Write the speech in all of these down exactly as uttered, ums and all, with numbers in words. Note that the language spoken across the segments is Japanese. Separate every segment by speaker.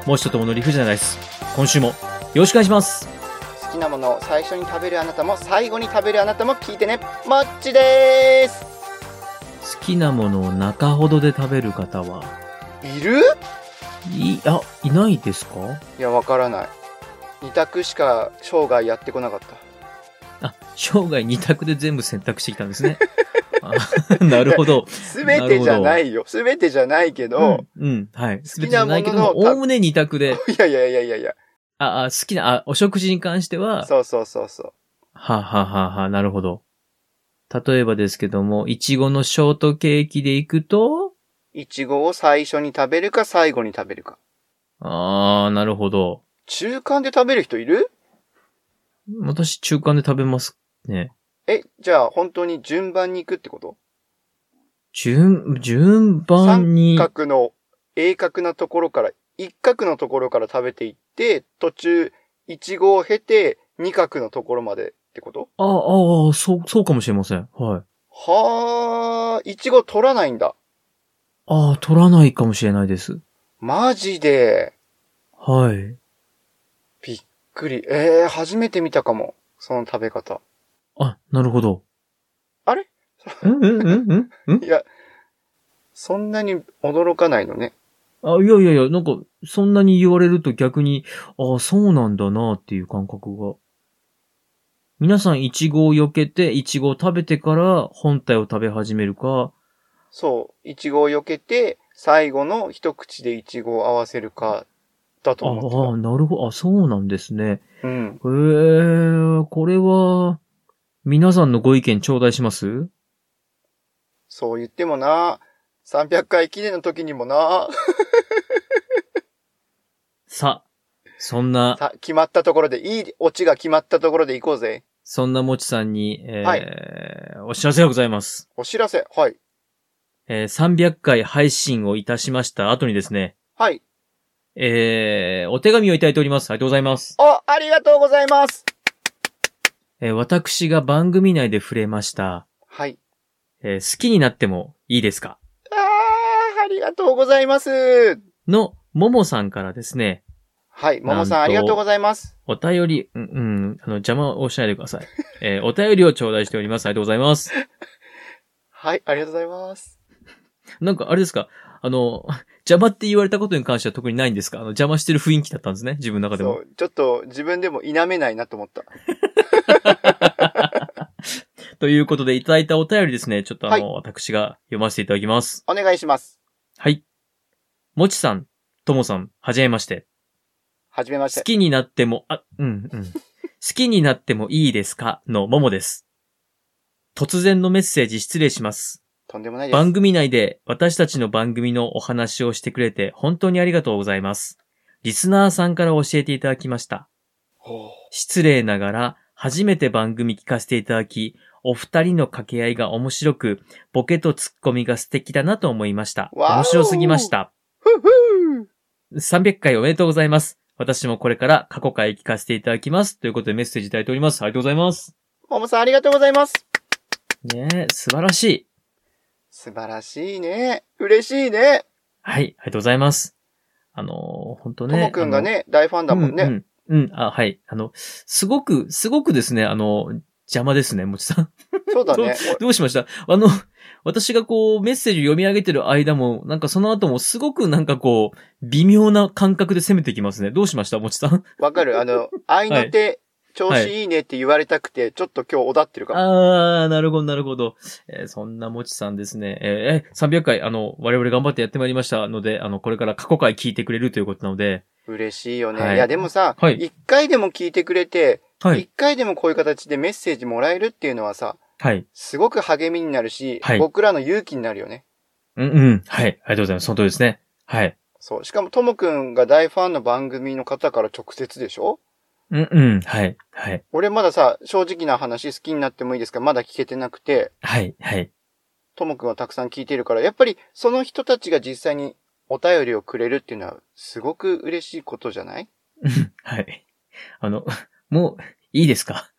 Speaker 1: もう一ともの理不尽なダイス。今週もよろしくお願いします。
Speaker 2: 好きなものを最初に食べるあなたも最後に食べるあなたも聞いてね。もっちでーす。
Speaker 1: 好きなものを中ほどで食べる方はい
Speaker 2: る
Speaker 1: い、あ、いないですか？
Speaker 2: いや、わからない。二択しか生涯やってこなかった。
Speaker 1: あ、生涯二択で全部選択してきたんですね。なるほど。
Speaker 2: すべてじゃないよ。すべてじゃないけど。
Speaker 1: うん、うん、はい。すべてじゃないけども、おおむね二択で。
Speaker 2: いやいやいやいやいや。
Speaker 1: あ、あ、好きな、あ、お食事に関しては。
Speaker 2: そうそうそうそう。
Speaker 1: はははは、なるほど。例えばですけども、いちごのショートケーキでいくと、
Speaker 2: いちごを最初に食べるか最後に食べるか。
Speaker 1: あー、なるほど。
Speaker 2: 中間で食べる人いる？
Speaker 1: 私中間で食べますね。
Speaker 2: え、じゃあ本当に順番に行くってこと？
Speaker 1: 順、順番に。
Speaker 2: 三角の鋭角なところから、一角のところから食べていって、途中、いちごを経て、二角のところまでってこと？
Speaker 1: ああ、ああ、そう、そうかもしれません。はい。
Speaker 2: はー、いちご取らないんだ。
Speaker 1: ああ、取らないかもしれないです。
Speaker 2: マジで。
Speaker 1: はい。
Speaker 2: びっくり。えー、初めて見たかも。その食べ方。
Speaker 1: あ、なるほど。
Speaker 2: あれ？
Speaker 1: うんうんうんうん
Speaker 2: いや、そんなに驚かないのね。
Speaker 1: あ、いやいやいや、なんか、そんなに言われると逆に、ああ、そうなんだなっていう感覚が。皆さん、イチゴを避けて、イチゴを食べてから本体を食べ始めるか。
Speaker 2: そう。イチゴを避けて、最後の一口でイチゴを合わせるか、だと思ってた。
Speaker 1: ああ、なるほど。あ、そうなんですね。
Speaker 2: うん。
Speaker 1: へえ、これは、皆さんのご意見頂戴します？
Speaker 2: そう言ってもな、さんびゃっかい記念の時にもな。
Speaker 1: さ、そんな、
Speaker 2: さ、決まったところで、いいオチが決まったところで行こうぜ。
Speaker 1: そんなもちさんに、えー
Speaker 2: はい
Speaker 1: お知らせがございます。
Speaker 2: お知らせ、はい。
Speaker 1: えーさんびゃっかい配信をいたしました後にですね、
Speaker 2: はい。
Speaker 1: えーお手紙をいただいております。ありがとうございます。
Speaker 2: お、ありがとうございます。
Speaker 1: えー私が番組内で触れました、
Speaker 2: はい。
Speaker 1: えー好きになってもいいですか？
Speaker 2: あー、ありがとうございます。
Speaker 1: の、ももさんからですね、
Speaker 2: はい、ももさんありがとうございます。
Speaker 1: お便り、うん、うん、あの、邪魔をしないでください。えーお便りを頂戴しております。ありがとうございます。
Speaker 2: はい、ありがとうございます。
Speaker 1: なんか、あれですか？あの、邪魔って言われたことに関しては特にないんですか？あの、邪魔してる雰囲気だったんですね。自分の中でも。
Speaker 2: そう、ちょっと自分でも否めないなと思った。
Speaker 1: ということで、いただいたお便りですね。ちょっとあの、
Speaker 2: はい、
Speaker 1: 私が読ませていただきます。
Speaker 2: お願いします。
Speaker 1: はい。もちさん、ともさん、はじめまして。
Speaker 2: はじめまして。
Speaker 1: 好きになっても、あ、うんうん。好きになってもいいですかのももです。突然のメッセージ失礼します。
Speaker 2: とんでもないです。
Speaker 1: 番組内で私たちの番組のお話をしてくれて本当にありがとうございます。リスナーさんから教えていただきました。失礼ながら初めて番組聞かせていただき、お二人の掛け合いが面白く、ボケとツッコミが素敵だなと思いました。面白すぎました。
Speaker 2: ふふ
Speaker 1: さんびゃっかいおめでとうございます。私もこれから過去回聞かせていただきます。ということでメッセージいただいております。ありがとうございます。
Speaker 2: ももさんありがとうございます。
Speaker 1: ねえ、素晴らしい。
Speaker 2: 素晴らしいね。嬉しいね。
Speaker 1: はい、ありがとうございます。あのー、ほんとね。
Speaker 2: ともくんがね、大ファンだもんね。
Speaker 1: うん、うん、うん、あ、はい。あの、すごく、すごくですね、あの、邪魔ですね、もちさん。
Speaker 2: そうだね
Speaker 1: ど。どうしました？あの、私がこう、メッセージ読み上げてる間も、なんかその後もすごくなんかこう、微妙な感覚で攻めてきますね。どうしました？もちさん。
Speaker 2: わかる。あの、愛の手、調子いいねって言われたくて、ちょっと今日おだってるかも。
Speaker 1: あー、なるほど、なるほど。えーそんなもちさんですね。えー、さんびゃっかい、あの、我々頑張ってやってまいりましたので、あの、これから過去回聞いてくれるということなので。
Speaker 2: 嬉しいよね。
Speaker 1: はい
Speaker 2: いや、でもさ、
Speaker 1: はい
Speaker 2: 一回でも聞いてくれて、一、
Speaker 1: はい。
Speaker 2: 回でもこういう形でメッセージもらえるっていうのはさ、
Speaker 1: はい。
Speaker 2: すごく励みになるし、
Speaker 1: はい
Speaker 2: 僕らの勇気になるよね。
Speaker 1: うん、うん。はい。ありがとうございます。その通りですね。はい。
Speaker 2: そう。しかも、ともくんが大ファンの番組の方から直接でしょ？
Speaker 1: うん、うん。はい。はい。
Speaker 2: 俺まださ、正直な話好きになってもいいですか？まだ聞けてなくて、
Speaker 1: はい。はい。
Speaker 2: ともくんはたくさん聞いてるから、やっぱりその人たちが実際にお便りをくれるっていうのは、すごく嬉しいことじゃない？
Speaker 1: はい。あの、もう、いいですか？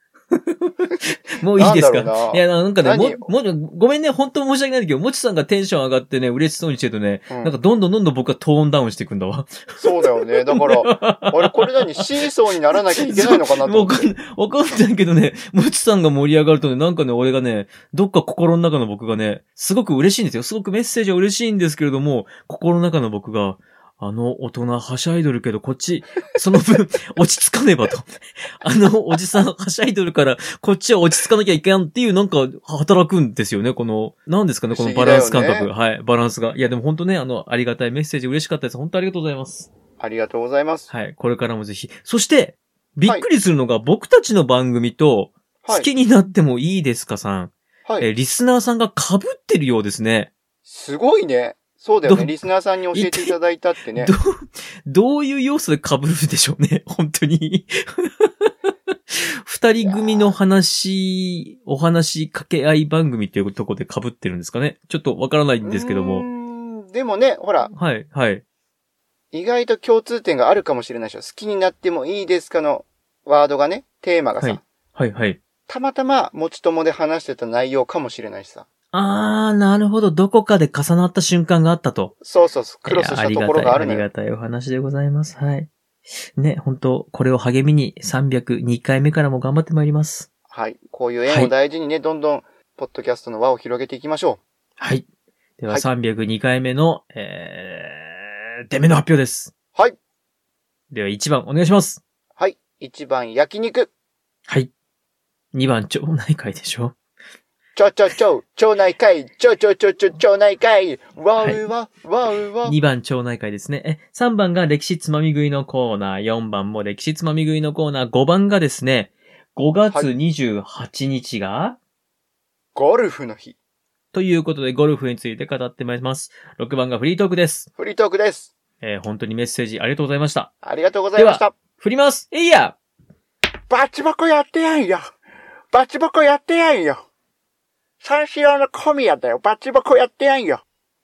Speaker 1: もういいですか？
Speaker 2: なんだろうな。
Speaker 1: いや、なんかね、
Speaker 2: 何
Speaker 1: も、も、ごめんね、本当申し訳ないんだけど、もちさんがテンション上がってね、嬉しそうにしてるとね、
Speaker 2: うん
Speaker 1: なんかどんどんどんどん僕はトーンダウンしていくんだわ。
Speaker 2: そうだよね。だから、俺これ何シーソーにならなきゃいけないのかなと思って。
Speaker 1: わかんない、わかんないけどね、もちさんが盛り上がるとね、なんかね、俺がね、どっか心の中の僕がね、すごく嬉しいんですよ。すごくメッセージは嬉しいんですけれども、心の中の僕が、あの大人はしゃいどるけど、こっち、その分、落ち着かねばと。あのおじさんはしゃいどるから、こっちは落ち着かなきゃいけんっていう、なんか、働くんですよね、この、なんですかね、このバランス感覚。
Speaker 2: 不思議
Speaker 1: はい、バランスが。いや、でも本当ね、あの、ありがたいメッセージ嬉しかったです。本当ありがとうございます。
Speaker 2: ありがとうございます。
Speaker 1: はい、これからもぜひ。そして、びっくりするのが、僕たちの番組と、
Speaker 2: はい
Speaker 1: 好きになってもいいですかさん。
Speaker 2: はい。
Speaker 1: え、リスナーさんが被ってるようですね。
Speaker 2: すごいね。そうだよね。
Speaker 1: ど
Speaker 2: リスナーさんに教えていただいたってね。
Speaker 1: どう、どういう要素で被るでしょうね。本当に。二人組の話、お話掛け合い番組っていうところで被ってるんですかね。ちょっとわからないんですけど
Speaker 2: う
Speaker 1: も。
Speaker 2: ーんでもね、ほら、
Speaker 1: はい、はい。
Speaker 2: 意外と共通点があるかもしれないでしょ。好きになってもいいですかのワードがね、テーマがさ、
Speaker 1: はい、はい、はい。
Speaker 2: たまたま持ち友で話してた内容かもしれないしさ。
Speaker 1: あー、なるほど。どこかで重なった瞬間があったと。
Speaker 2: そうそうそう、クロスしたところがあるのよ。
Speaker 1: いやありがたい、ありがたいお話でございます。はい。ね、本当これを励みにさんびゃくにかいめからも頑張ってまいります。
Speaker 2: はい。こういう縁を大事にね、どんどん、ポッドキャストの輪を広げていきましょ
Speaker 1: はい。では、
Speaker 2: はい
Speaker 1: さんびゃくにかいめの、えー、出目の発表です。
Speaker 2: う。はい。
Speaker 1: では、いちばんお願いします。
Speaker 2: はい。いちばん焼肉。
Speaker 1: はい。にばん町内会でしょ。
Speaker 2: ちょちょちょ、町内会。ちょちょちょちょ、町内会。わうわ、わうわ。
Speaker 1: にばん町内会ですね。え、さんばんが歴史つまみ食いのコーナー、よんばんも歴史つまみ食いのコーナー、ごばんがですね、ごがつにじゅうはちにちが、
Speaker 2: ゴルフの日。
Speaker 1: ということでゴルフについて語ってまいります。ろくばんがフリートークです。
Speaker 2: フリートークです。
Speaker 1: えー、本当にメッセージありがとうございました。
Speaker 2: ありがとうございました。
Speaker 1: 振ります。えいや
Speaker 2: バチボコやってやんよ。バチボコやってやんよ。三四郎の小宮だよ。バチボコやってやんよ。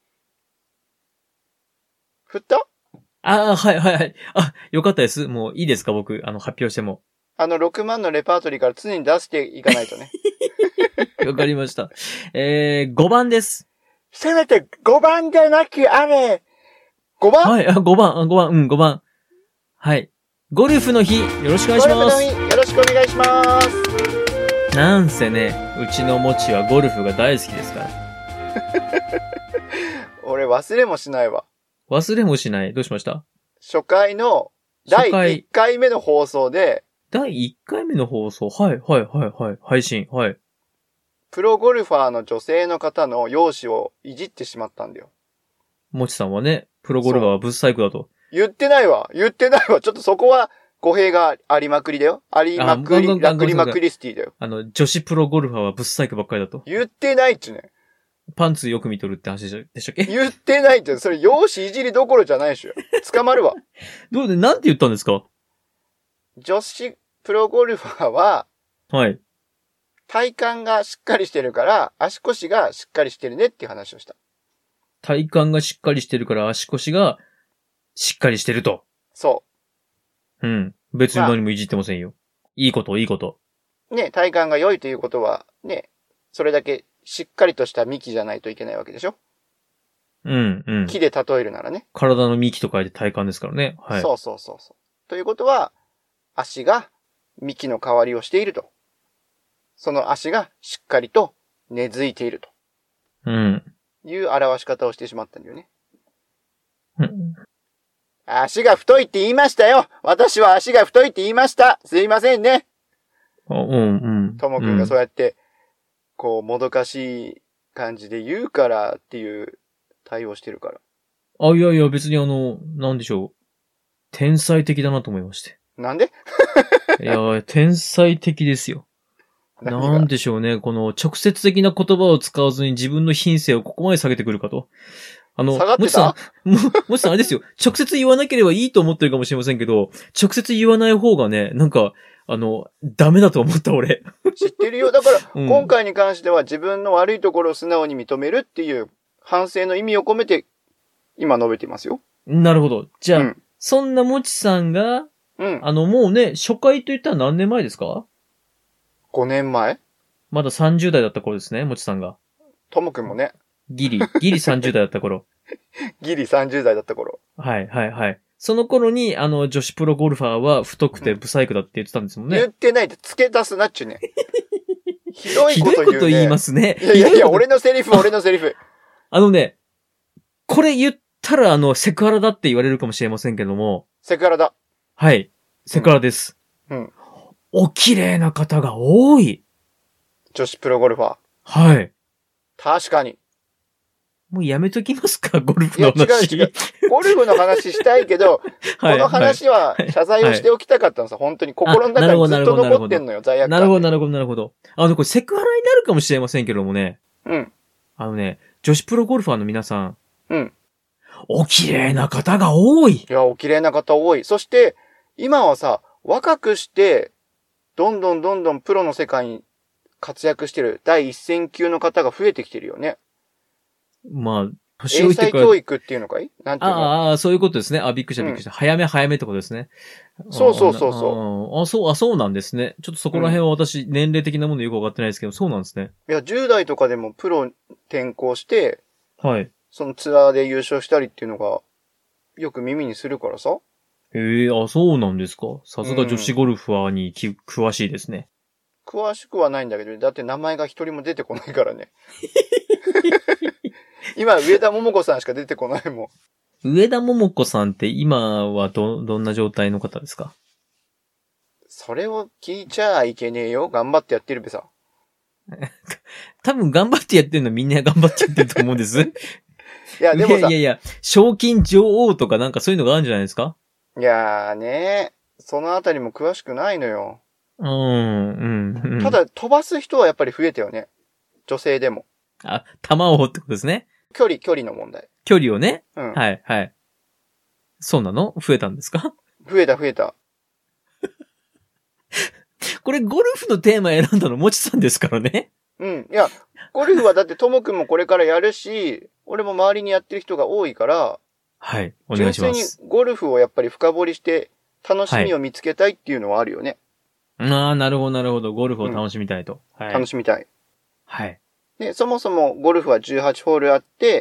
Speaker 2: 振った？
Speaker 1: ああ、はいはいはい。あ、よかったです。もういいですか僕、あの、発表しても。
Speaker 2: あの、ろくまんのレパートリーから常に出していかないとね。
Speaker 1: わかりました。えー、ごばんです。
Speaker 2: せめてごばんでなきあれ。ごばん？
Speaker 1: はい、あ、ごばん、あごばん、うん、ごばん。はい。ゴルフの日、よろしくお願いします。
Speaker 2: ゴルフの日、よろしくお願いします。
Speaker 1: なんせね、うちのもちはゴルフが大好きですから。
Speaker 2: 俺忘れもしないわ。
Speaker 1: 忘れもしない。どうしました？
Speaker 2: 初回のだい
Speaker 1: 初回
Speaker 2: いっかいめの放送で、
Speaker 1: だいいっかいめの放送。はい、はい、はい、はい。配信。はい。
Speaker 2: プロゴルファーの女性の方の容姿をいじってしまったんだよ。
Speaker 1: もちさんはね、プロゴルファーはブッサイクだと。
Speaker 2: 言ってないわ。言ってないわ。ちょっとそこは語弊がありまくりだよ。ありまくり、
Speaker 1: あごめんごめん
Speaker 2: ラクリマクリスティだよ。
Speaker 1: あの、女子プロゴルファーはブッサイクばっかりだと。
Speaker 2: 言ってないっちね。
Speaker 1: パンツよく見とるって話でしたっけ？
Speaker 2: 言ってないって、それ容姿いじりどころじゃないでしょ。捕まるわ。
Speaker 1: どうで、なんて言ったんですか？
Speaker 2: 女子プロゴルファーは、
Speaker 1: はい。
Speaker 2: 体幹がしっかりしてるから、足腰がしっかりしてるねっていう話をした。
Speaker 1: 体幹がしっかりしてるから足腰がしっかりしてると。
Speaker 2: そ
Speaker 1: うん。別に何もいじってませんよ。いいこと、いいこと。
Speaker 2: う。ね、体幹が良いということは、ね、それだけしっかりとした幹じゃないといけないわけでしょ？
Speaker 1: うん、うん。
Speaker 2: 木で例えるならね。
Speaker 1: 体の幹と書いて体幹ですからね。はい。
Speaker 2: そうそうそうそう。ということは、足が幹の代わりをしていると。その足がしっかりと根付いていると。
Speaker 1: うん。
Speaker 2: いう表し方をしてしまったんだよね。
Speaker 1: うん、
Speaker 2: 足が太いって言いましたよ。私は足が太いって言いました。すいませんね。
Speaker 1: あ、うん、うん。
Speaker 2: ともくんがそうやって、こう、もどかしい感じで言うからっていう対応してるから。
Speaker 1: あ、いやいや、別にあの、なんでしょう。天才的だなと思いまして。
Speaker 2: なんで？
Speaker 1: いや、天才的ですよ。なんでしょうね。この直接的な言葉を使わずに自分の品性をここまで下げてくるかと。あの、
Speaker 2: 下がってた？
Speaker 1: もちさん、も、もちさんあれですよ。直接言わなければいいと思ってるかもしれませんけど、直接言わない方がね、なんか、あの、ダメだと思った俺。
Speaker 2: 知ってるよ。だから、
Speaker 1: うん、
Speaker 2: 今回に関しては自分の悪いところを素直に認めるっていう反省の意味を込めて、今述べていますよ。
Speaker 1: なるほど。じゃあ、
Speaker 2: うん、
Speaker 1: そんなもちさんが、
Speaker 2: うん。
Speaker 1: あの、もうね、初回と言ったら何年前ですか？
Speaker 2: ごねんまえ？
Speaker 1: まださんじゅう代だった頃ですね、もちさんが。
Speaker 2: ともくんもね。
Speaker 1: ギリ、ギリさんじゅう代だった頃。
Speaker 2: ギリさんじゅう代だった頃。
Speaker 1: はいはいはい。その頃に、あの、女子プロゴルファーは太くてブサイクだって言ってたんですもんね。
Speaker 2: 言ってないで付け出すなっちゅうね。ひどい
Speaker 1: ひどい
Speaker 2: こと言うね。
Speaker 1: こと言いますね。
Speaker 2: いやいやいや、
Speaker 1: ひどこと
Speaker 2: 俺のセリフ、俺のセリフ。
Speaker 1: あのね、これ言ったらあの、セクハラだって言われるかもしれませんけども。
Speaker 2: セクハラだ。
Speaker 1: はい。セクハラです。
Speaker 2: うん。うん、
Speaker 1: お綺麗な方が多い。
Speaker 2: 女子プロゴルファー。
Speaker 1: はい。
Speaker 2: 確かに。
Speaker 1: もうやめときますか、ゴルフの話。
Speaker 2: いや違う違う。ゴルフの話したいけど、はい、この話は謝罪をしておきたかったのさ、はい、本当に心の中にずっと残ってんのよ、罪悪感。
Speaker 1: なるほど、なるほど、なるほど。あの、これセクハラになるかもしれませんけどもね。
Speaker 2: うん。
Speaker 1: あのね、女子プロゴルファーの皆さん。
Speaker 2: うん。
Speaker 1: お綺麗な方が多い。
Speaker 2: いや、お綺麗な方多い。そして、今はさ、若くして、どんどんどんどんプロの世界に活躍してる第一線級の方が増えてきてるよね。
Speaker 1: まあ、年老いてから。
Speaker 2: 英才教育っていうのかいなんていうの？
Speaker 1: ああ、そういうことですね。あ、びっくりした、びっくりした。うん、早め早めってことですね。
Speaker 2: そうそうそうそ
Speaker 1: う。あ、そう、あ、そうなんですね。ちょっとそこら辺は私、年齢的なものよくわかってないですけど、そうなんですね。
Speaker 2: いや、じゅう代とかでもプロ転向して、
Speaker 1: はい。
Speaker 2: そのツアーで優勝したりっていうのが、よく耳にするからさ。
Speaker 1: へえ、あ、そうなんですか。さすが女子ゴルファーにき、うん、詳しいですね。
Speaker 2: 詳しくはないんだけど、だって名前が一人も出てこないからね。今、上田桃子さんしか出てこないも
Speaker 1: ん。上田桃子さんって今はど、どんな状態の方ですか？
Speaker 2: それを聞いちゃいけねえよ。頑張ってやってるべさ。
Speaker 1: 多分頑張ってやってるのみんな頑張ってやってると思うんです。い
Speaker 2: や、でもさ。い
Speaker 1: やいやいや、賞金女王とかなんかそういうのがあるんじゃないですか？
Speaker 2: いやーね、そのあたりも詳しくないのよ。
Speaker 1: うん、うん、うん。
Speaker 2: ただ、飛ばす人はやっぱり増えたよね。女性でも。
Speaker 1: あ、玉をってことですね。
Speaker 2: 距離、距離の問題。
Speaker 1: 距離をね。
Speaker 2: うん。
Speaker 1: はい、はい。そうなの？増えたんですか？
Speaker 2: 増えた、増えた。
Speaker 1: これゴルフのテーマ選んだのもちさんですからね。
Speaker 2: うん。いや、ゴルフはだってともくんもこれからやるし、俺も周りにやってる人が多いから、
Speaker 1: はい、お願いします。
Speaker 2: 純粋にゴルフをやっぱり深掘りして楽しみを見つけたいっていうのはあるよね。
Speaker 1: はい、ああ、なるほど、なるほど。ゴルフを楽しみたいと。
Speaker 2: うん、はい、楽しみたい。
Speaker 1: はい。
Speaker 2: で、そもそもゴルフはじゅうはちホールあって、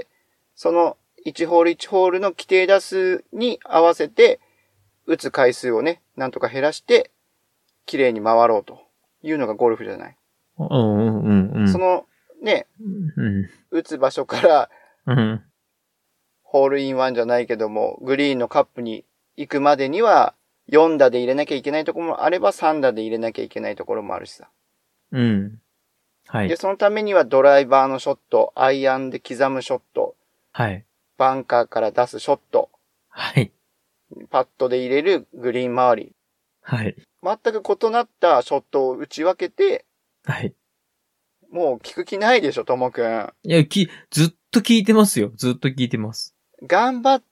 Speaker 2: そのいちホールいちホールの規定打数に合わせて、打つ回数をね、なんとか減らして、綺麗に回ろうというのがゴルフじゃない。
Speaker 1: うんうんうんうん。
Speaker 2: そのね、
Speaker 1: うん、
Speaker 2: 打つ場所から、
Speaker 1: うん、
Speaker 2: ホールインワンじゃないけども、グリーンのカップに行くまでには、よん打で入れなきゃいけないところもあれば、さん打で入れなきゃいけないところもあるしさ。
Speaker 1: うん。はい。
Speaker 2: で、そのためにはドライバーのショット、アイアンで刻むショット、
Speaker 1: はい。
Speaker 2: バンカーから出すショット、
Speaker 1: はい。
Speaker 2: パットで入れるグリーン周り。
Speaker 1: はい。
Speaker 2: 全く異なったショットを打ち分けて、
Speaker 1: はい。
Speaker 2: もう聞く気ないでしょ、ともくん。
Speaker 1: いや、き、ずっと聞いてますよ。ずっと聞いてます。
Speaker 2: 頑張って、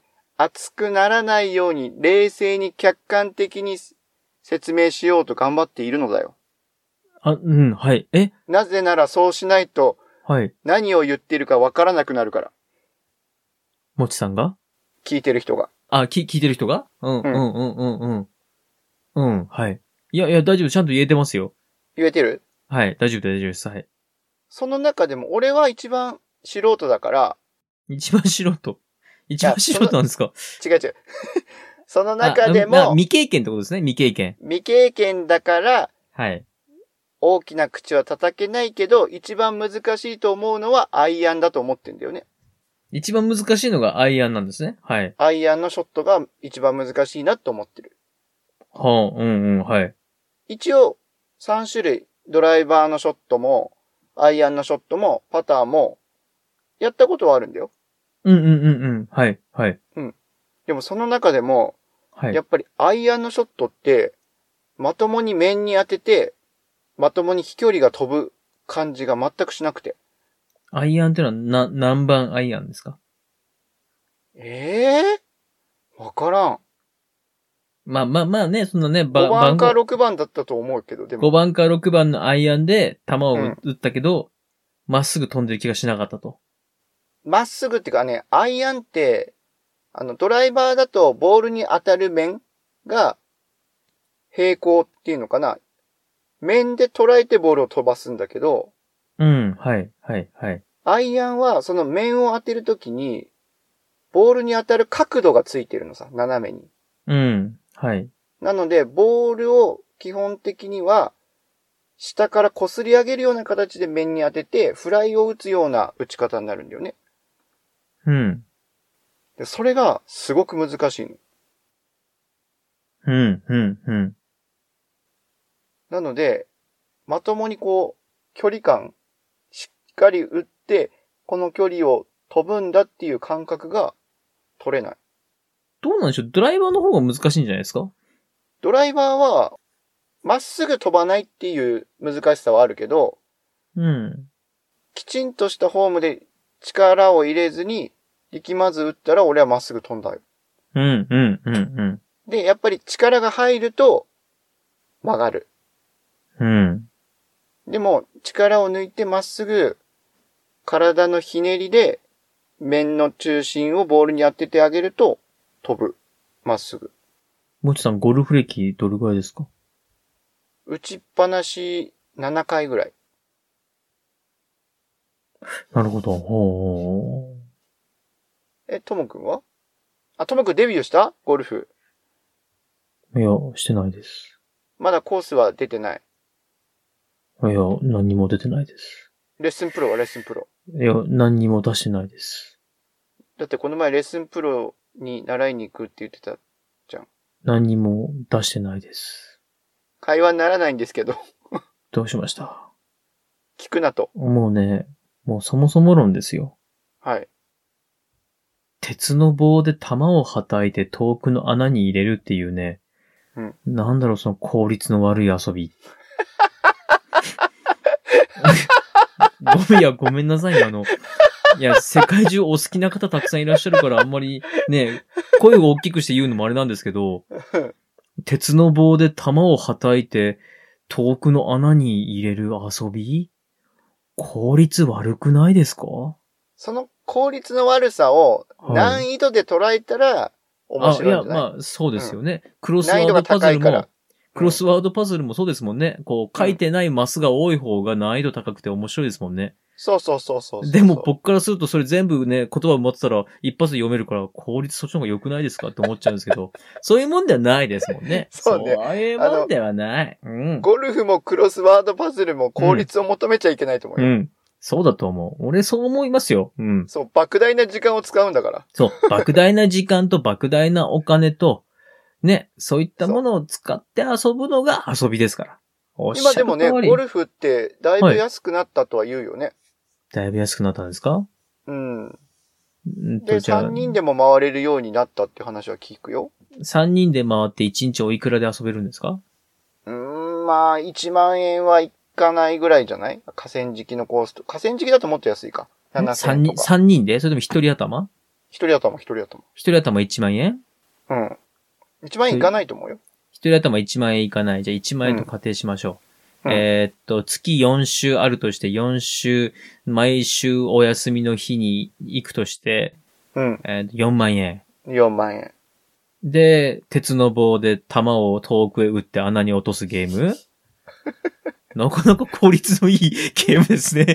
Speaker 2: 熱くならないように、冷静に客観的に説明しようと頑張っているのだよ。
Speaker 1: あ、うん、はい。え？
Speaker 2: なぜならそうしないと、
Speaker 1: はい。
Speaker 2: 何を言っているかわからなくなるから。
Speaker 1: もちさんが？
Speaker 2: 聞いてる人が。
Speaker 1: あ、き、聞いてる人が？うん、うん、うん、うん、うん。うん、はい。いや、いや、大丈夫。ちゃんと言えてますよ。
Speaker 2: 言えてる？
Speaker 1: はい、大丈夫、大丈夫です。はい。
Speaker 2: その中でも、俺は一番素人だから。
Speaker 1: 一番素人？一番素人なんですか？
Speaker 2: 違う違う。その中でも、
Speaker 1: 未経験ってことですね、未経験。
Speaker 2: 未経験だから、
Speaker 1: はい。
Speaker 2: 大きな口は叩けないけど、一番難しいと思うのはアイアンだと思ってんだよね。
Speaker 1: 一番難しいのがアイアンなんですね。はい。
Speaker 2: アイアンのショットが一番難しいなと思ってる。
Speaker 1: はあ、うんうん、はい。
Speaker 2: 一応、さん種類、ドライバーのショットも、アイアンのショットも、パターも、やったことはあるんだよ。
Speaker 1: うんうんうんうん。はい、はい。
Speaker 2: うん。でもその中でも、
Speaker 1: はい。
Speaker 2: やっぱりアイアンのショットって、まともに面に当てて、まともに飛距離が飛ぶ感じが全くしなくて。
Speaker 1: アイアンってのはな、何番アイアンですか？
Speaker 2: ええー、わからん。
Speaker 1: まあまあまあね、そんなね、
Speaker 2: ばごばんかろくばんだったと思うけど、でも。
Speaker 1: ごばんかろくばんのアイアンで球を打ったけど、ま、うん、っすぐ飛んでる気がしなかったと。
Speaker 2: まっすぐっていうかね、アイアンって、あの、ドライバーだとボールに当たる面が平行っていうのかな。 面で捉えてボールを飛ばすんだけど、
Speaker 1: うん、はい、はい、はい。
Speaker 2: アイアンはその面を当てるときに、ボールに当たる角度がついてるのさ、斜めに。
Speaker 1: うん、はい。
Speaker 2: なので、ボールを基本的には、下から擦り上げるような形で面に当てて、フライを打つような打ち方になるんだよね。
Speaker 1: うん。
Speaker 2: でそれがすごく難しいの。
Speaker 1: うん、うん、うん。
Speaker 2: なので、まともにこう、距離感、しっかり打って、この距離を飛ぶんだっていう感覚が取れない。
Speaker 1: どうなんでしょう？ドライバーの方が難しいんじゃないですか？
Speaker 2: ドライバーは、まっすぐ飛ばないっていう難しさはあるけど、
Speaker 1: うん。
Speaker 2: きちんとしたフォームで力を入れずに、力まず打ったら俺はまっすぐ飛んだよ。
Speaker 1: うん、うん、うん、うん。
Speaker 2: で、やっぱり力が入ると曲がる。
Speaker 1: うん。
Speaker 2: でも、力を抜いてまっすぐ、体のひねりで、面の中心をボールに当ててあげると、飛ぶ。まっすぐ。
Speaker 1: もちさん、ゴルフ歴どれぐらいですか？
Speaker 2: 打ちっぱなしななかいぐらい。
Speaker 1: なるほど。ほ
Speaker 2: え、ともくんは？あ、ともくんデビューしたゴルフ。
Speaker 1: う。いや、してないです。
Speaker 2: まだコースは出てない。
Speaker 1: いや、何にも出てないです。
Speaker 2: レッスンプロはレッスンプロ。
Speaker 1: いや、何にも出してないです。
Speaker 2: だってこの前レッスンプロに習いに行くって言ってたじゃん。
Speaker 1: 何にも出してないです。
Speaker 2: 会話にならないんですけど。
Speaker 1: どうしました？
Speaker 2: 聞くなと。
Speaker 1: もうね、もうそもそも論ですよ。
Speaker 2: はい。
Speaker 1: 鉄の棒で弾をはたいて遠くの穴に入れるっていうね。
Speaker 2: うん。
Speaker 1: なんだろう、その効率の悪い遊び。ごめん、いや、ごめんなさいね、あの、いや、世界中お好きな方たくさんいらっしゃるから、あんまりね、声を大きくして言うのもあれなんですけど、鉄の棒で弾をはたいて、遠くの穴に入れる遊び？効率悪くないですか？
Speaker 2: その効率の悪さを難易度で捉えたら面白いんじゃない？
Speaker 1: あ、いや、まあ、そうですよね。
Speaker 2: うん、
Speaker 1: クロスワードパズルも、クロス
Speaker 2: ワ
Speaker 1: ワードパズルもそうですもんね。こう、書いてないマスが多い方が難易度高くて面白いですもんね。
Speaker 2: そうそうそうそうそう。
Speaker 1: でも僕からするとそれ全部ね、言葉を持ってたら一発で読めるから効率そっちの方が良くないですかって思っちゃうんですけど、そういうもんではないですもんね。
Speaker 2: そうね。
Speaker 1: そういうもんではない。うん。
Speaker 2: ゴルフもクロスワードパズルも効率を求めちゃいけないと思うよ。
Speaker 1: うん。うんそうだと思う。俺そう思いますよ。うん。
Speaker 2: そう、莫大な時間を使うんだから。
Speaker 1: そう、莫大な時間と莫大なお金と、ね、そういったものを使って遊ぶのが遊びですから。
Speaker 2: 今でもね、ゴルフってだいぶ安くなったとは言うよね。はい、
Speaker 1: だいぶ安くなったんですか？
Speaker 2: うん。で、さんにんでも回れるようになったって話は聞くよ。
Speaker 1: さんにんで回っていちにちおいくらで遊べるんですか？
Speaker 2: うーん、まあ、いちまん円はいかないぐらいじゃない？河川敷のコースと。河川敷だともっと安いか。ななせんえんとか。
Speaker 1: さんにんでそれともひとり頭？
Speaker 2: ひとり頭、ひとり頭。
Speaker 1: ひとり頭いちまん円？
Speaker 2: うん。いちまん円いかないと思うよ。
Speaker 1: ひとり頭いちまん円いかない。じゃあいちまん円と仮定しましょう。うん、えー、っと、月よん週あるとしてよん週、毎週お休みの日に行くとして、
Speaker 2: うん。
Speaker 1: えー、よんまん円。
Speaker 2: よんまん円。
Speaker 1: で、鉄の棒で弾を遠くへ打って穴に落とすゲームなかなか効率のいいゲームですね。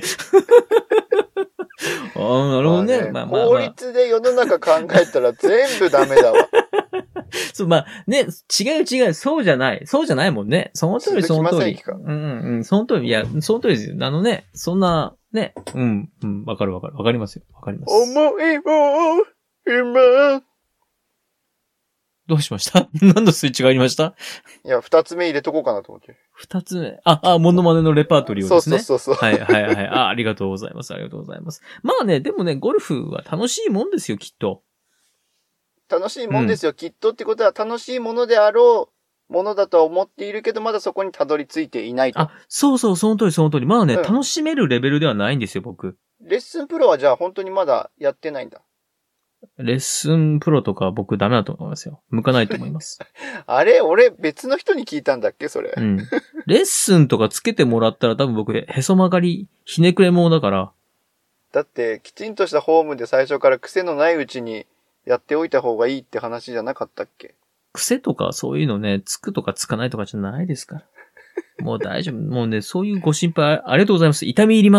Speaker 1: ああ、なるほどね。まあねまあまあ、
Speaker 2: 効率で世の中考えたら全部ダメだわ。
Speaker 1: そう、まあ、ね、違う違う、そうじゃない。そうじゃないもんね。その通り、その通り。うんうんうん、その通り。いや、その通りですよ。あのね、そんな、ね、うん、うん、わかるわかる。わかりますよ。わかります。
Speaker 2: 思いも、今。
Speaker 1: どうしました何のスイッチがありました？
Speaker 2: いや、二つ目入れとこうかなと思って。
Speaker 1: 二つ目。あ、あ、モノマネのレパートリーをですね。
Speaker 2: そうそうそうそう。
Speaker 1: はいはいはい。あ、ありがとうございます。ありがとうございます。まあね、でもね、ゴルフは楽しいもんですよ、きっと。
Speaker 2: 楽しいもんですよ、うん、きっとってことは楽しいものであろうものだとは思っているけど、まだそこにたどり着いていないと。
Speaker 1: あ、そうそう、その通りその通り。まだね、うん、楽しめるレベルではないんですよ、僕。
Speaker 2: レッスンプロはじゃあ本当にまだやってないんだ。
Speaker 1: レッスンプロとか僕ダメだと思いますよ。向かないと思います。
Speaker 2: あれ俺別の人に聞いたんだっけそれ。
Speaker 1: うん。レッスンとかつけてもらったら多分僕へそ曲がり、ひねくれ者だから。
Speaker 2: だってきちんとしたフォームで最初から癖のないうちにやっておいた方がいいって話じゃなかったっけ？
Speaker 1: 癖とかそういうのね、つくとかつかないとかじゃないですから。 もう大丈夫。もうね、そういうご心配ありがとうございます。痛み入ります。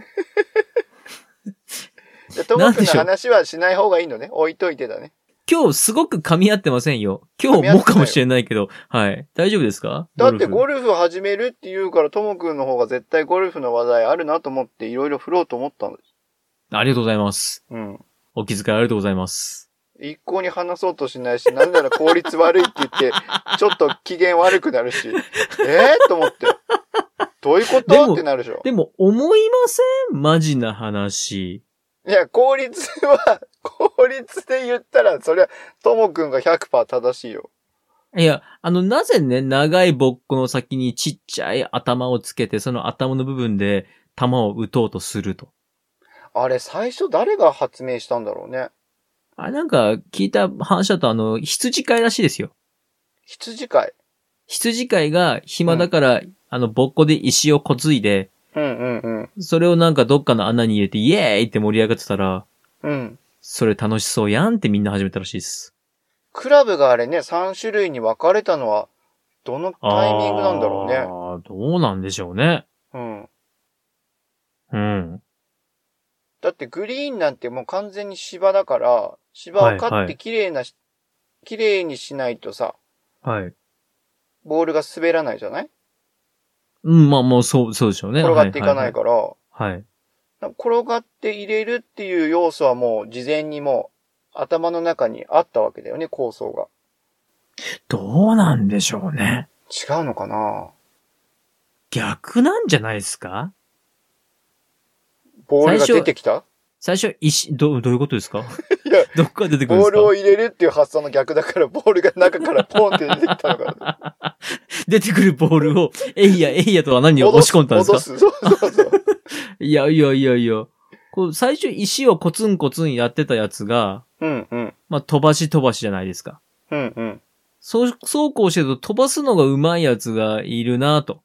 Speaker 2: ともくんの話はしない方がいいのね。置いといてだね。
Speaker 1: 今日すごく噛み合ってませんよ。今日もかもしれないけど。はい。大丈夫ですか？
Speaker 2: だってゴルフ始めるって言うから、ともくんの方が絶対ゴルフの話題あるなと思っていろいろ振ろうと思ったんです。
Speaker 1: ありがとうございます。
Speaker 2: うん。
Speaker 1: お気遣いありがとうございます。
Speaker 2: 一向に話そうとしないし、なんなら効率悪いって言って、ちょっと機嫌悪くなるし、えー、と思って。どういうことってなるでしょ。
Speaker 1: でも、思いません？マジな話。
Speaker 2: いや、効率は、効率で言ったら、それは、ともくんが ひゃくパーセント 正しいよ。
Speaker 1: いや、あの、なぜね、長いぼっこの先にちっちゃい頭をつけて、その頭の部分で球を打とうとすると。あ
Speaker 2: れ、最初誰が発明したんだろうね。
Speaker 1: あれなんか、聞いた話だと、あの、羊飼いらしいですよ。
Speaker 2: 羊飼い
Speaker 1: 羊飼いが暇だから、うん、あの、ぼっこで石をこついで、
Speaker 2: うんうんうん。
Speaker 1: それをなんかどっかの穴に入れて、イエーイって盛り上がってたら、
Speaker 2: うん。
Speaker 1: それ楽しそうやんってみんな始めたらしいです。
Speaker 2: クラブがあれね、さん種類に分かれたのは、どのタイミングなんだろうね。
Speaker 1: ああ、どうなんでしょうね。
Speaker 2: うん。
Speaker 1: うん。
Speaker 2: だってグリーンなんてもう完全に芝だから、芝を刈って綺麗な、はいはい、綺麗にしないとさ、
Speaker 1: はい。
Speaker 2: ボールが滑らないじゃない？
Speaker 1: うん、まあもうそう、そうでしょうね。
Speaker 2: 転がっていかないから。
Speaker 1: はい、はいはい。
Speaker 2: 転がって入れるっていう要素はもう事前にもう頭の中にあったわけだよね、構想が。
Speaker 1: どうなんでしょうね。
Speaker 2: 違うのかな？
Speaker 1: 逆なんじゃないですか？
Speaker 2: ボールが出てきた？
Speaker 1: 最初、石、ど、どういうことですか？
Speaker 2: いや、
Speaker 1: どっから出てくるんですか？
Speaker 2: ボールを入れるっていう発想の逆だから、ボールが中からポンって出てきたのかな。
Speaker 1: 出てくるボールを、えいや、えいやとは何を押し込んだんですか？
Speaker 2: 戻す、そうそうそう。
Speaker 1: いやいやいやいや。こう最初石をコツンコツンやってたやつが、
Speaker 2: うんうん。
Speaker 1: まあ、飛ばし飛ばしじゃないですか。
Speaker 2: うんうん。
Speaker 1: そう、そうこうしてると飛ばすのが上手いやつがいるなと。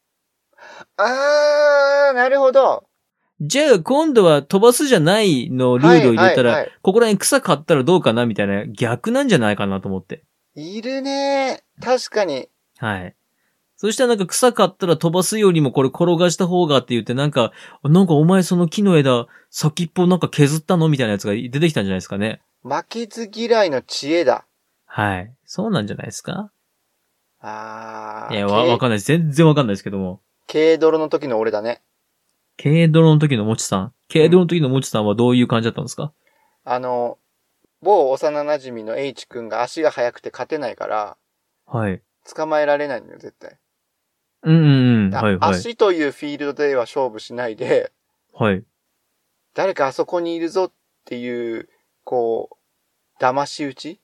Speaker 2: あー、なるほど。
Speaker 1: じゃあ今度は飛ばすじゃないのルールを入れたら、はいはいはい、ここら辺草買ったらどうかなみたいな逆なんじゃないかなと思って。
Speaker 2: いるねー。確かに。
Speaker 1: はい。そしたらなんか草買ったら飛ばすよりもこれ転がした方がって言ってなんか、なんかお前その木の枝先っぽなんか削ったのみたいなやつが出てきたんじゃないですかね。
Speaker 2: 負けず嫌いの知恵だ。
Speaker 1: はい。そうなんじゃないですか？
Speaker 2: あー。
Speaker 1: いや、わ、わかんないです。全然わかんないですけども。
Speaker 2: 軽泥の時の俺だね。
Speaker 1: 軽泥の時のもちさん。軽泥の時のもちさんはどういう感じだったんですか？
Speaker 2: うん、あの、某幼馴染の H 君が足が速くて勝てないから、
Speaker 1: はい。
Speaker 2: 捕まえられないのよ、絶対。
Speaker 1: うんうんうん。はいはい。
Speaker 2: 足というフィールドでは勝負しないで、
Speaker 1: はい。
Speaker 2: 誰かあそこにいるぞっていう、こう、騙し討ち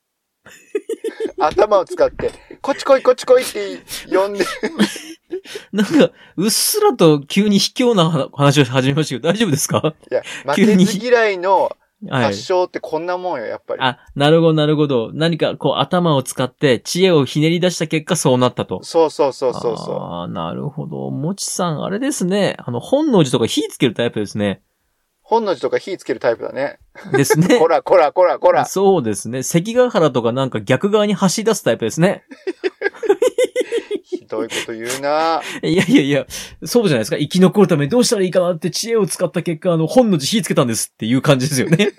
Speaker 2: 頭を使って、こっち来いこっち来いって呼んで。
Speaker 1: なんか、うっすらと急に卑怯な話を始めましたけど、大丈夫ですか？
Speaker 2: いや、負けず嫌いの発祥ってこんなもんよ、やっぱり。
Speaker 1: あ、なるほど、なるほど。何かこう頭を使って知恵をひねり出した結果そうなったと。
Speaker 2: そうそうそうそうそう。
Speaker 1: ああ、なるほど。もちさん、あれですね。あの、本能寺とか火つけるタイプですね。
Speaker 2: 本能寺とか火つけるタイプだね。
Speaker 1: ですね。
Speaker 2: こらこらこらこら。
Speaker 1: そうですね。関ヶ原とかなんか逆側に走り出すタイプですね。
Speaker 2: ひどいこと言うな。
Speaker 1: いやいやいや、そうじゃないですか。生き残るためにどうしたらいいかなって知恵を使った結果、あの、本能寺火つけたんですっていう感じですよね。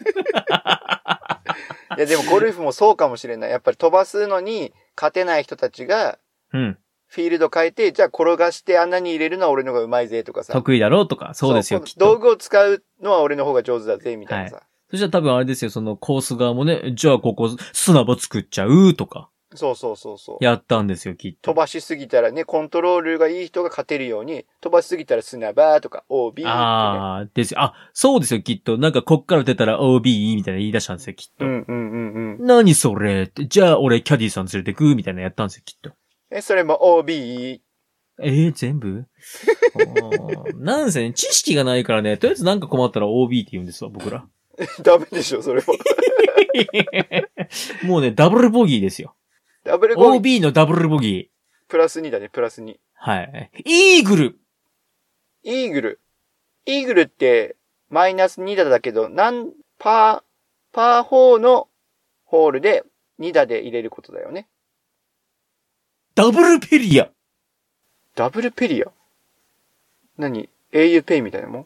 Speaker 2: いやでもゴルフもそうかもしれない。やっぱり飛ばすのに勝てない人たちが、
Speaker 1: うん。
Speaker 2: フィールド変えて、じゃあ転がして穴に入れるのは俺の方がうまいぜとかさ。
Speaker 1: 得意だろうとか、そうですよ。きっと
Speaker 2: 道具を使うのは俺の方が上手だぜ、みたいなさ。はい、
Speaker 1: そしたら多分あれですよ、そのコース側もね、じゃあここ砂場作っちゃうとか。
Speaker 2: そうそうそうそう。
Speaker 1: やったんですよ、きっと。
Speaker 2: 飛ばしすぎたらね、コントロールがいい人が勝てるように、飛ばしすぎたら砂場とか オービー って、ね。
Speaker 1: ああ、ですよ。あ、そうですよ、きっと。なんかこっから出たら オービー みたいな言い出したんですよ、きっと。
Speaker 2: うんうんうんうん。
Speaker 1: 何それって。じゃあ俺キャディーさん連れてくみたいなやったんですよ、きっと。
Speaker 2: え、それも オービー。
Speaker 1: えー、全部なんせね、知識がないからね、とりあえずなんか困ったら オービー って言うんですわ、僕ら。
Speaker 2: ダメでしょ、それは。
Speaker 1: もうね、ダブルボギーですよ。
Speaker 2: ダブルボギー。
Speaker 1: オービー のダブルボギ
Speaker 2: ー。プラスにだね、プラスに。
Speaker 1: はい。イーグル
Speaker 2: イーグル。イーグルって、マイナスに打だけど、なん、パー、パーよんのホールでに打で入れることだよね。
Speaker 1: ダブルペリア
Speaker 2: ダブルペリア何 ?エーユー ペイみたいなもん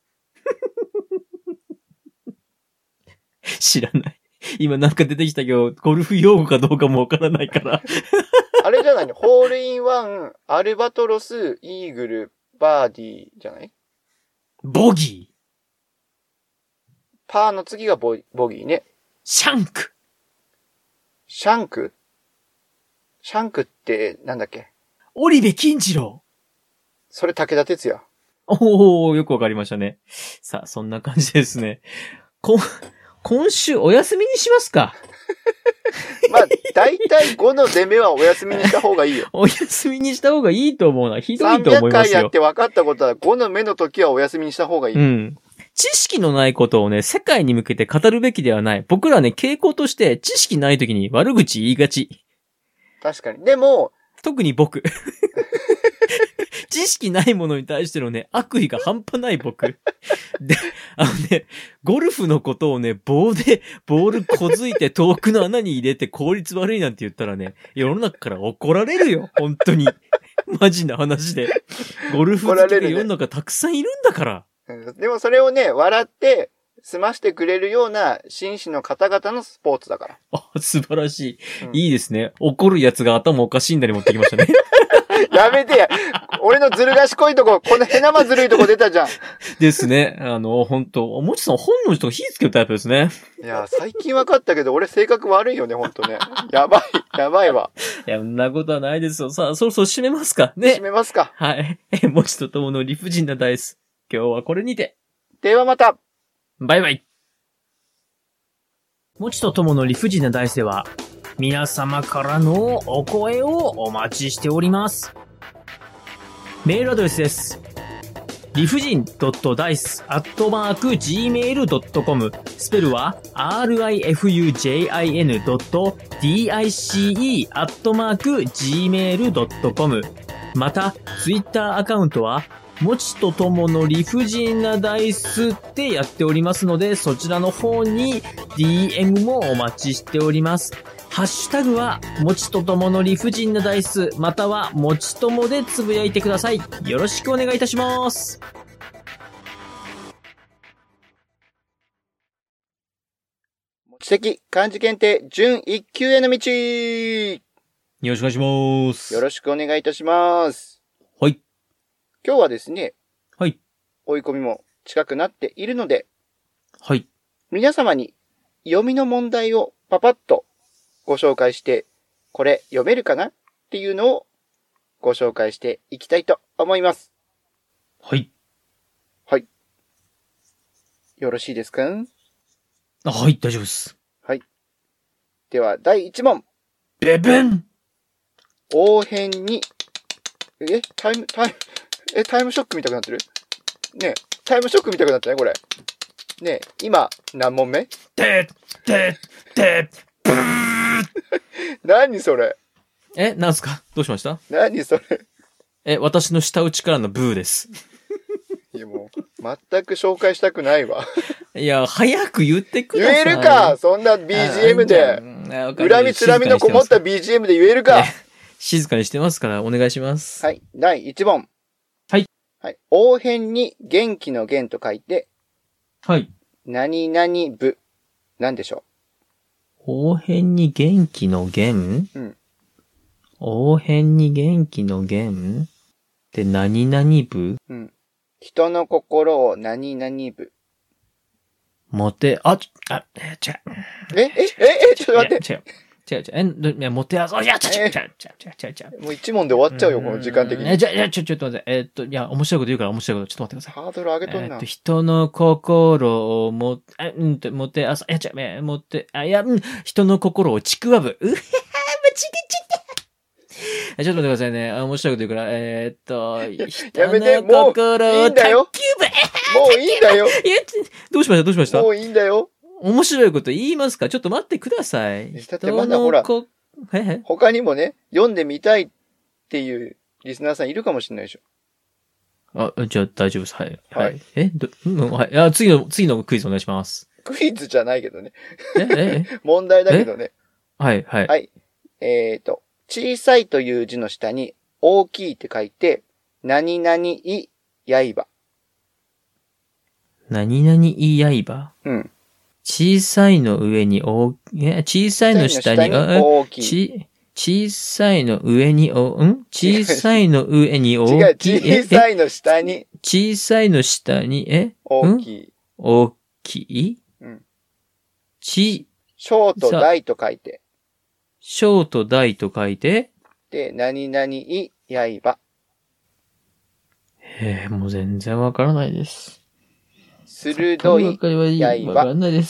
Speaker 1: 知らない。今なんか出てきたけど、ゴルフ用語かどうかもわからないから。
Speaker 2: あれじゃないのホールインワン、アルバトロス、イーグル、バーディーじゃない？
Speaker 1: ボギー。
Speaker 2: パーの次がボ、ボギーね。
Speaker 1: シャンク。
Speaker 2: シャンクシャンクってなんだっけ？
Speaker 1: 織部金次郎。
Speaker 2: それ武田鉄矢。
Speaker 1: おー、よくわかりましたね。さあ、そんな感じですね。こ、今週お休みにしますか。
Speaker 2: まあ、だいたいごの出目はお休みにした方がいいよ。
Speaker 1: お休みにした方がいいと思うな。ひどいと思いますよ。
Speaker 2: さんびゃっかいやって分かったことはごの目の時はお休みにした方がいい。
Speaker 1: うん。知識のないことをね、世界に向けて語るべきではない。僕らね、傾向として知識ない時に悪口言いがち。
Speaker 2: 確かに。でも、
Speaker 1: 特に僕。知識ないものに対してのね、悪意が半端ない僕。で、あのね、ゴルフのことをね、棒で、ボールこづいて遠くの穴に入れて効率悪いなんて言ったらね、世の中から怒られるよ、本当に。マジな話で。ゴルフ好きが世の中たくさんいるんだから。
Speaker 2: うん、でもそれをね、笑って済ましてくれるような紳士の方々のスポーツだから。
Speaker 1: あ、素晴らしい。
Speaker 2: うん、
Speaker 1: いいですね。怒るやつが頭おかしいんだに持ってきましたね。
Speaker 2: やめてや。俺のずる賢いとこ、このへなまずるいとこ出たじゃん。
Speaker 1: ですね。あの、本当もちさん本能寺とか火つけるタイプですね。
Speaker 2: いや、最近分かったけど、俺性格悪いよね、ほんとね。やばい、やばいわ。
Speaker 1: いや、そんなことはないですよ。さあ、そろそろ締めますかね。
Speaker 2: 締めますか。
Speaker 1: はい。え、もちとともの理不尽なダイス。今日はこれにて。
Speaker 2: ではまた。
Speaker 1: バイバイ。もちとともの理不尽なダイスでは、皆様からのお声をお待ちしております。メールアドレスです。理不尽 .dice アットマーク ジーメールドットコム スペルは アールアイエフユージェイアイエヌ ドット ディーアイシーイー アットマーク ジーメールドットコム また、ツイッターアカウントはもちとともの理不尽なダイスってやっておりますので、そちらの方に ディーエム もお待ちしております。ハッシュタグは、もちとともの理不尽なダイス、または、もちともでつぶやいてください。よろしくお願いいたします。
Speaker 2: 知的漢字検定準いっ級への道。
Speaker 1: よろしくお願いします。
Speaker 2: よろしくお願いいたします。
Speaker 1: はい。
Speaker 2: 今日はですね。
Speaker 1: はい。
Speaker 2: 追い込みも近くなっているので。
Speaker 1: はい。
Speaker 2: 皆様に読みの問題をパパッとご紹介して、これ読めるかなっていうのをご紹介していきたいと思います。
Speaker 1: はい。
Speaker 2: はい。よろしいですか？
Speaker 1: あ、はい、大丈夫です。
Speaker 2: はい。では、だいいち問。
Speaker 1: ベベン！
Speaker 2: 応変に、え、タイム、タイム、え、タイムショック見たくなってる？ねえ、タイムショック見たくなってないこれ。ねえ、今、何問目？
Speaker 1: てってってブー
Speaker 2: 何それ？
Speaker 1: え、なんすか？どうしました？
Speaker 2: 何それ？
Speaker 1: え、私の舌打ちからのブーです。
Speaker 2: いやもう、全く紹介したくないわ。
Speaker 1: いや、早く言ってください。
Speaker 2: 言えるかそんな ビージーエム で。恨みつらみのこもった ビージーエム で言えるか
Speaker 1: 静かにしてますから、お願いします。
Speaker 2: はい。だいいち問。
Speaker 1: はい。
Speaker 2: はい。応変に元気の元と書いて、
Speaker 1: はい。
Speaker 2: 何々部。何でしょ
Speaker 1: う？応変に元気の元？うん。応変に元気の元って何々部？
Speaker 2: うん。人の心を何々部。
Speaker 1: モテ、あ、あ、え、違う。
Speaker 2: え、え、え、え、ちょっと待って。
Speaker 1: 違う。違う違う。え、モテあそ、いや、違う違う違う違う違う。
Speaker 2: もう一問で終わっちゃうよ、この時間的に。
Speaker 1: え、じゃ、いや、ちょ、ちょっと待って。えっと、いや、面白いこと言うから面白いこと、ちょっと待ってください。
Speaker 2: ハードル上げとんな。
Speaker 1: えっと、人の心をも、あ、うんと、モテあそ、いや、違う、え、モテ、あ、いや、うん、人の心をちくわぶ。うへへー、ぶちぎちって。ちょっと待ってくださいね。面白いこと言うから、えー、っと、
Speaker 2: やめて、もういいんだよ。もういいんだよ。
Speaker 1: どうしましたどうしました
Speaker 2: もういいんだよ。
Speaker 1: 面白いこと言いますか？ちょっと待ってください。
Speaker 2: だってまだほら、他にもね、読んでみたいっていうリスナーさんいるかもしれないでしょ。
Speaker 1: あ、じゃあ大丈夫です。はい。はい。えど、うん、はい。あ、次の、次のクイズお願いします。
Speaker 2: クイズじゃないけどね。
Speaker 1: ええ
Speaker 2: 問題だけどね。
Speaker 1: はい、はい。
Speaker 2: はい。えっと、小さいという字の下に、 大きいって書いて、何々い刃。
Speaker 1: 何々い刃。
Speaker 2: うん。
Speaker 1: 小さいの上に大、え、小さいの下に、
Speaker 2: 大きい。
Speaker 1: ち、小さいの上に、お、ん小さいの上に大きい。
Speaker 2: 違う、小さいの下に。
Speaker 1: 小さいの下に、え
Speaker 2: 大きい。
Speaker 1: 大きい
Speaker 2: うん。 ち、小と大と書いて。
Speaker 1: 小と大と書いて。
Speaker 2: で、何々い刃。
Speaker 1: えー、もう全然わからないです。
Speaker 2: 鋭い刃。
Speaker 1: わからないです。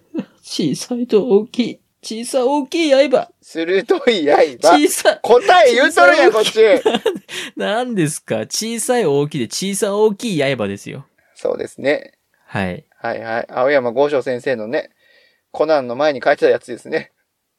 Speaker 1: 小さいと大きい。小さ大きい刃。
Speaker 2: 鋭い刃。
Speaker 1: 小さ
Speaker 2: 答え言うとるやん、こっち。
Speaker 1: 何ですか？小さい大きいで小さ大きい刃ですよ。
Speaker 2: そうですね。
Speaker 1: はい。
Speaker 2: はいはい。青山剛昌先生のね、コナンの前に書いてたやつですね。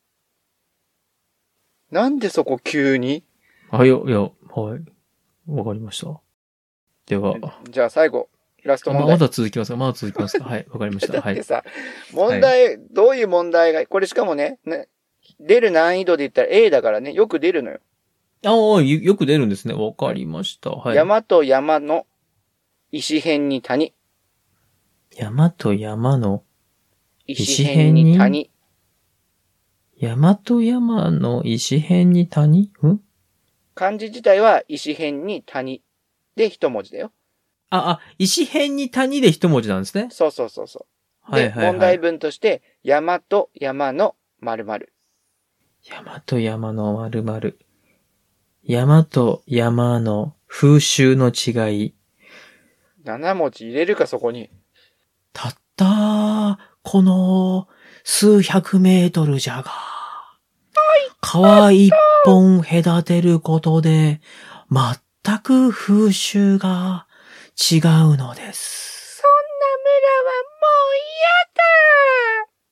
Speaker 2: なんでそこ急に？
Speaker 1: あ、いや、いや、はい。わかりました。では。
Speaker 2: じゃあ最後、ラスト問題。
Speaker 1: ま, まだ続きますかまだ続きますかはい、わかりました。
Speaker 2: だってさ、はい、問題、はい、どういう問題が、これしかもね、ね、出る難易度で言ったら A だからね、よく出るのよ。
Speaker 1: ああ、よく出るんですね。わかりました。はい。
Speaker 2: 山と山の石辺に谷。
Speaker 1: 山と山の
Speaker 2: 石辺に谷。
Speaker 1: 山と山の石辺に谷？ん？
Speaker 2: 漢字自体は石辺に谷で一文字だよ。
Speaker 1: あ、あ、石辺に谷で一文字なんですね。
Speaker 2: そうそうそうそう。
Speaker 1: はいはいはい。
Speaker 2: で、問題文として、山と山の〇〇。
Speaker 1: 山と山の〇〇。山と山の風習の違い。
Speaker 2: なな文字入れるか、そこに。
Speaker 1: たった、この、数百メートルじゃが。川一本隔てることで、全く風習が違うのです。
Speaker 2: そんな村はもう嫌だ。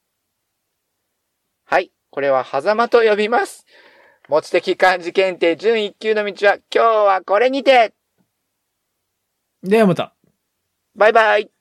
Speaker 2: はい。これは狭間と呼びます。持ち的漢字検定準一級の道は今日はこれにて。
Speaker 1: ではまた。
Speaker 2: バイバイ。